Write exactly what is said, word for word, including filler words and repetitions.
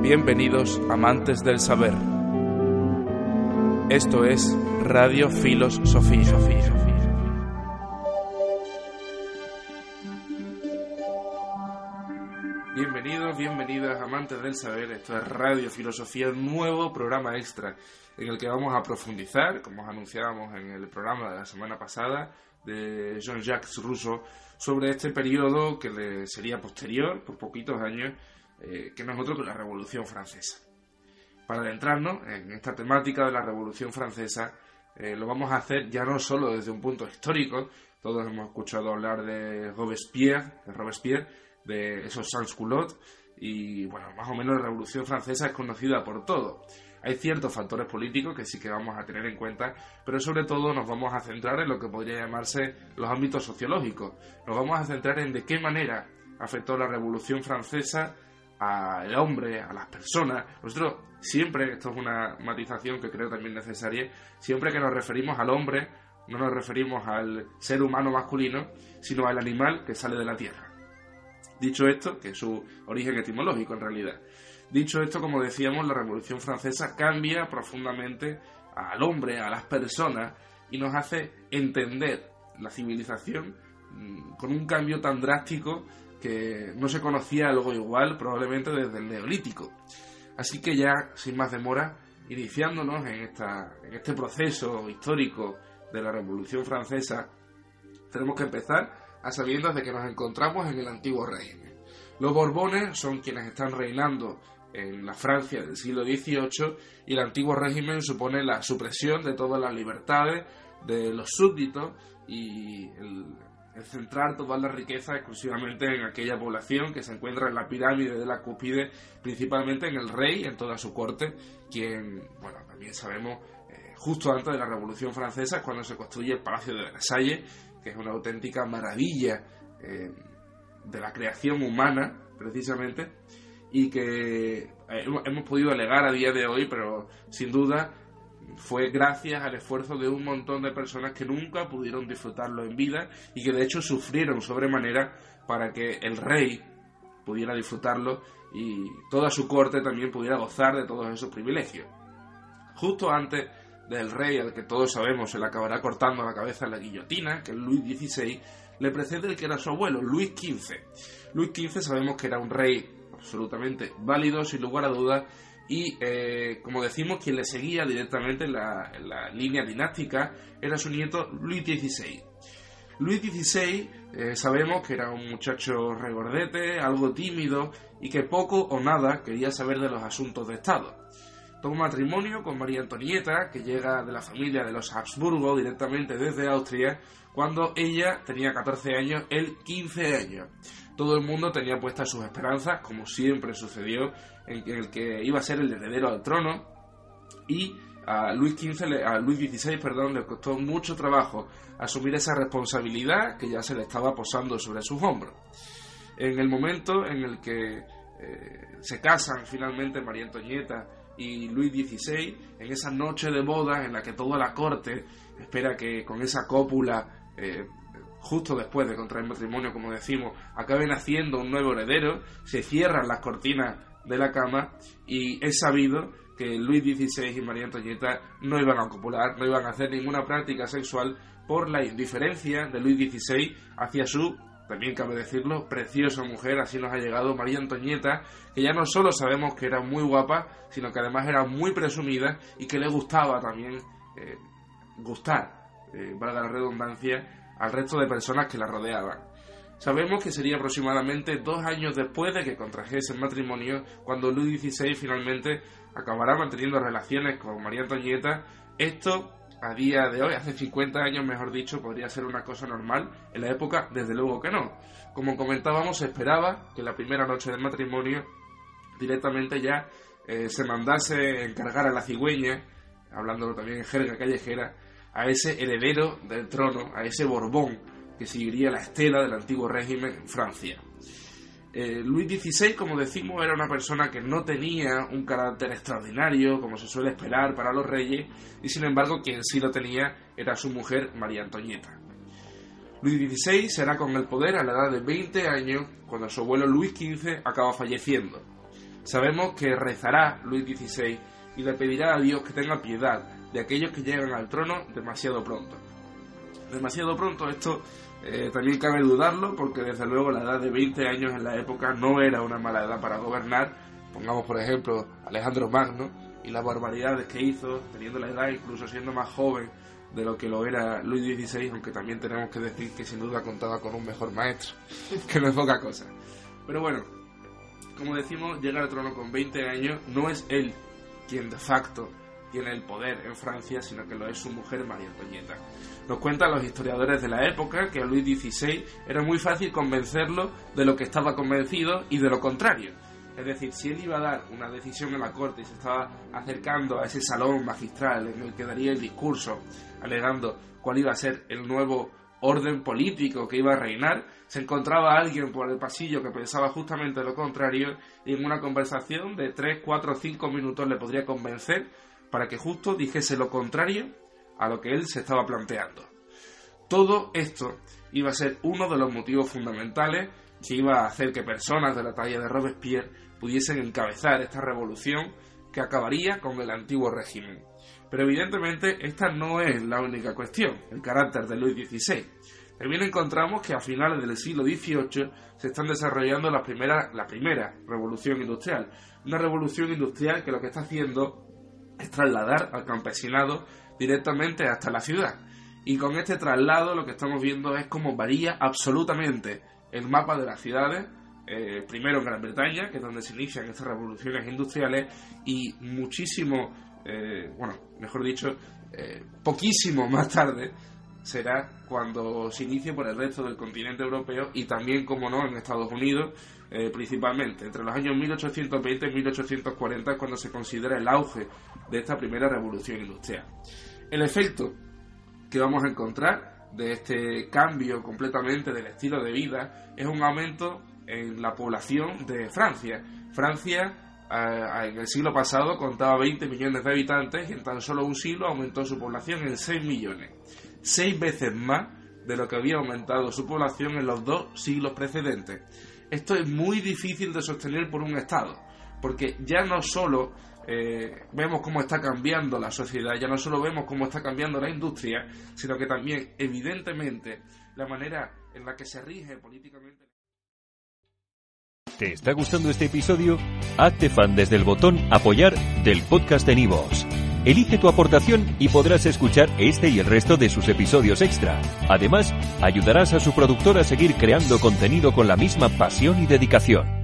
Bienvenidos, amantes del saber. Esto es Radio Filos Sofía. Bienvenidos, bienvenidas, amantes del saber. Esto es Radio Filosofía, un nuevo programa extra en el que vamos a profundizar, como os anunciábamos en el programa de la semana pasada, de Jean-Jacques Rousseau, sobre este periodo que le sería posterior, por poquitos años, eh, que no es otro que la Revolución Francesa. Para adentrarnos en esta temática de la Revolución Francesa, eh, lo vamos a hacer ya no solo desde un punto histórico. Todos hemos escuchado hablar de Robespierre, de Robespierre, de esos sans-culottes, y bueno, más o menos la Revolución Francesa es conocida por todo. Hay ciertos factores políticos que sí que vamos a tener en cuenta, pero sobre todo nos vamos a centrar en lo que podría llamarse los ámbitos sociológicos. Nos vamos a centrar en de qué manera afectó la Revolución Francesa al hombre, a las personas. Nosotros siempre, esto es una matización que creo también necesaria, siempre que nos referimos al hombre, no nos referimos al ser humano masculino, sino al animal que sale de la tierra. Dicho esto, que es su origen etimológico en realidad. Dicho esto, como decíamos, la Revolución Francesa cambia profundamente al hombre, a las personas, y nos hace entender la civilización mmm, con un cambio tan drástico que no se conocía algo igual probablemente desde el Neolítico. Así que ya, sin más demora, iniciándonos en, esta, en este proceso histórico de la Revolución Francesa, tenemos que empezar a sabiendas de que nos encontramos en el antiguo régimen. Los Borbones son quienes están reinando en la Francia del siglo dieciocho, y el antiguo régimen supone la supresión de todas las libertades de los súbditos y el, el centrar toda la riqueza exclusivamente en aquella población que se encuentra en la pirámide de la cúspide, principalmente en el rey, en toda su corte, quien, bueno, también sabemos, eh, justo antes de la Revolución Francesa es cuando se construye el Palacio de Versalles, que es una auténtica maravilla eh, de la creación humana, precisamente, y que eh, hemos podido alegar a día de hoy, pero sin duda fue gracias al esfuerzo de un montón de personas que nunca pudieron disfrutarlo en vida y que de hecho sufrieron sobremanera para que el rey pudiera disfrutarlo y toda su corte también pudiera gozar de todos esos privilegios. Justo antes del rey, al que todos sabemos se le acabará cortando la cabeza en la guillotina, que es Luis dieciséis, le precede el que era su abuelo, Luis quince. Luis quince sabemos que era un rey absolutamente válido, sin lugar a dudas, y eh, como decimos, quien le seguía directamente en la, en la línea dinástica era su nieto Luis dieciséis. Luis dieciséis eh, sabemos que era un muchacho regordete, algo tímido y que poco o nada quería saber de los asuntos de Estado. Toma matrimonio con María Antonieta, que llega de la familia de los Habsburgo directamente desde Austria, cuando ella tenía catorce años, él quince años. Todo el mundo tenía puestas sus esperanzas, como siempre sucedió, en el que iba a ser el heredero al trono, y a Luis quince, a Luis dieciséis, perdón, le costó mucho trabajo asumir esa responsabilidad que ya se le estaba posando sobre sus hombros. En el momento en el que eh, se casan finalmente María Antonieta y Luis dieciséis, en esa noche de bodas en la que toda la corte espera que con esa cópula, eh, justo después de contraer matrimonio, como decimos, acaben haciendo un nuevo heredero, se cierran las cortinas de la cama y es sabido que Luis dieciséis y María Antonieta no iban a copular, no iban a hacer ninguna práctica sexual por la indiferencia de Luis dieciséis hacia su, también cabe decirlo, preciosa mujer. Así nos ha llegado María Antonieta, que ya no solo sabemos que era muy guapa, sino que además era muy presumida y que le gustaba también eh, gustar, eh, valga la redundancia, al resto de personas que la rodeaban. Sabemos que sería aproximadamente dos años después de que contrajese matrimonio cuando Luis dieciséis finalmente acabará manteniendo relaciones con María Antonieta. Esto, a día de hoy, hace cincuenta años mejor dicho, podría ser una cosa normal. En la época, desde luego que no. Como comentábamos, se esperaba que la primera noche del matrimonio directamente ya eh, se mandase encargar a la cigüeña, hablándolo también en jerga callejera, a ese heredero del trono, a ese Borbón que seguiría la estela del antiguo régimen en Francia. Eh, Luis dieciséis, como decimos, era una persona que no tenía un carácter extraordinario, como se suele esperar para los reyes, y sin embargo quien sí lo tenía era su mujer María Antonieta. Luis dieciséis será con el poder a la edad de veinte años, cuando su abuelo Luis quince acaba falleciendo. Sabemos que rezará Luis dieciséis y le pedirá a Dios que tenga piedad de aquellos que llegan al trono demasiado pronto. Demasiado pronto, esto eh, también cabe dudarlo, porque desde luego la edad de veinte años en la época no era una mala edad para gobernar. Pongamos por ejemplo Alejandro Magno y las barbaridades que hizo, teniendo la edad incluso siendo más joven de lo que lo era Luis dieciséis, aunque también tenemos que decir que sin duda contaba con un mejor maestro, que no es poca cosa. Pero bueno, como decimos, llega al trono con veinte años, no es él quien de facto tiene el poder en Francia, sino que lo es su mujer María Antonieta. Nos cuentan los historiadores de la época que a Luis dieciséis era muy fácil convencerlo de lo que estaba convencido y de lo contrario. Es decir, si él iba a dar una decisión en la corte y se estaba acercando a ese salón magistral en el que daría el discurso, alegando cuál iba a ser el nuevo orden político que iba a reinar, se encontraba alguien por el pasillo que pensaba justamente lo contrario, y en una conversación de tres, cuatro, cinco minutos le podría convencer para que justo dijese lo contrario a lo que él se estaba planteando. Todo esto iba a ser uno de los motivos fundamentales que iba a hacer que personas de la talla de Robespierre pudiesen encabezar esta revolución que acabaría con el antiguo régimen. Pero evidentemente esta no es la única cuestión, el carácter de Luis dieciséis. También encontramos que a finales del siglo dieciocho se están desarrollando la primera, la primera revolución industrial. Una revolución industrial que lo que está haciendo es trasladar al campesinado directamente hasta la ciudad. Y con este traslado lo que estamos viendo es cómo varía absolutamente el mapa de las ciudades, eh, primero en Gran Bretaña, que es donde se inician estas revoluciones industriales, y muchísimo, eh, bueno, mejor dicho, eh, poquísimo más tarde será cuando se inicie por el resto del continente europeo y también, como no, en Estados Unidos, eh, principalmente. Entre los años mil ochocientos veinte y mil ochocientos cuarenta es cuando se considera el auge de esta primera revolución industrial. El efecto que vamos a encontrar de este cambio completamente del estilo de vida es un aumento en la población de Francia. Francia eh, en el siglo pasado contaba veinte millones de habitantes y en tan solo un siglo aumentó su población en seis millones. Seis veces más de lo que había aumentado su población en los dos siglos precedentes. Esto es muy difícil de sostener por un Estado, porque ya no solo eh, vemos cómo está cambiando la sociedad, ya no solo vemos cómo está cambiando la industria, sino que también, evidentemente, la manera en la que se rige políticamente. ¿Te está gustando este episodio? Hazte fan desde el botón Apoyar del podcast de Nivos. Elige tu aportación y podrás escuchar este y el resto de sus episodios extra. Además, ayudarás a su productor a seguir creando contenido con la misma pasión y dedicación.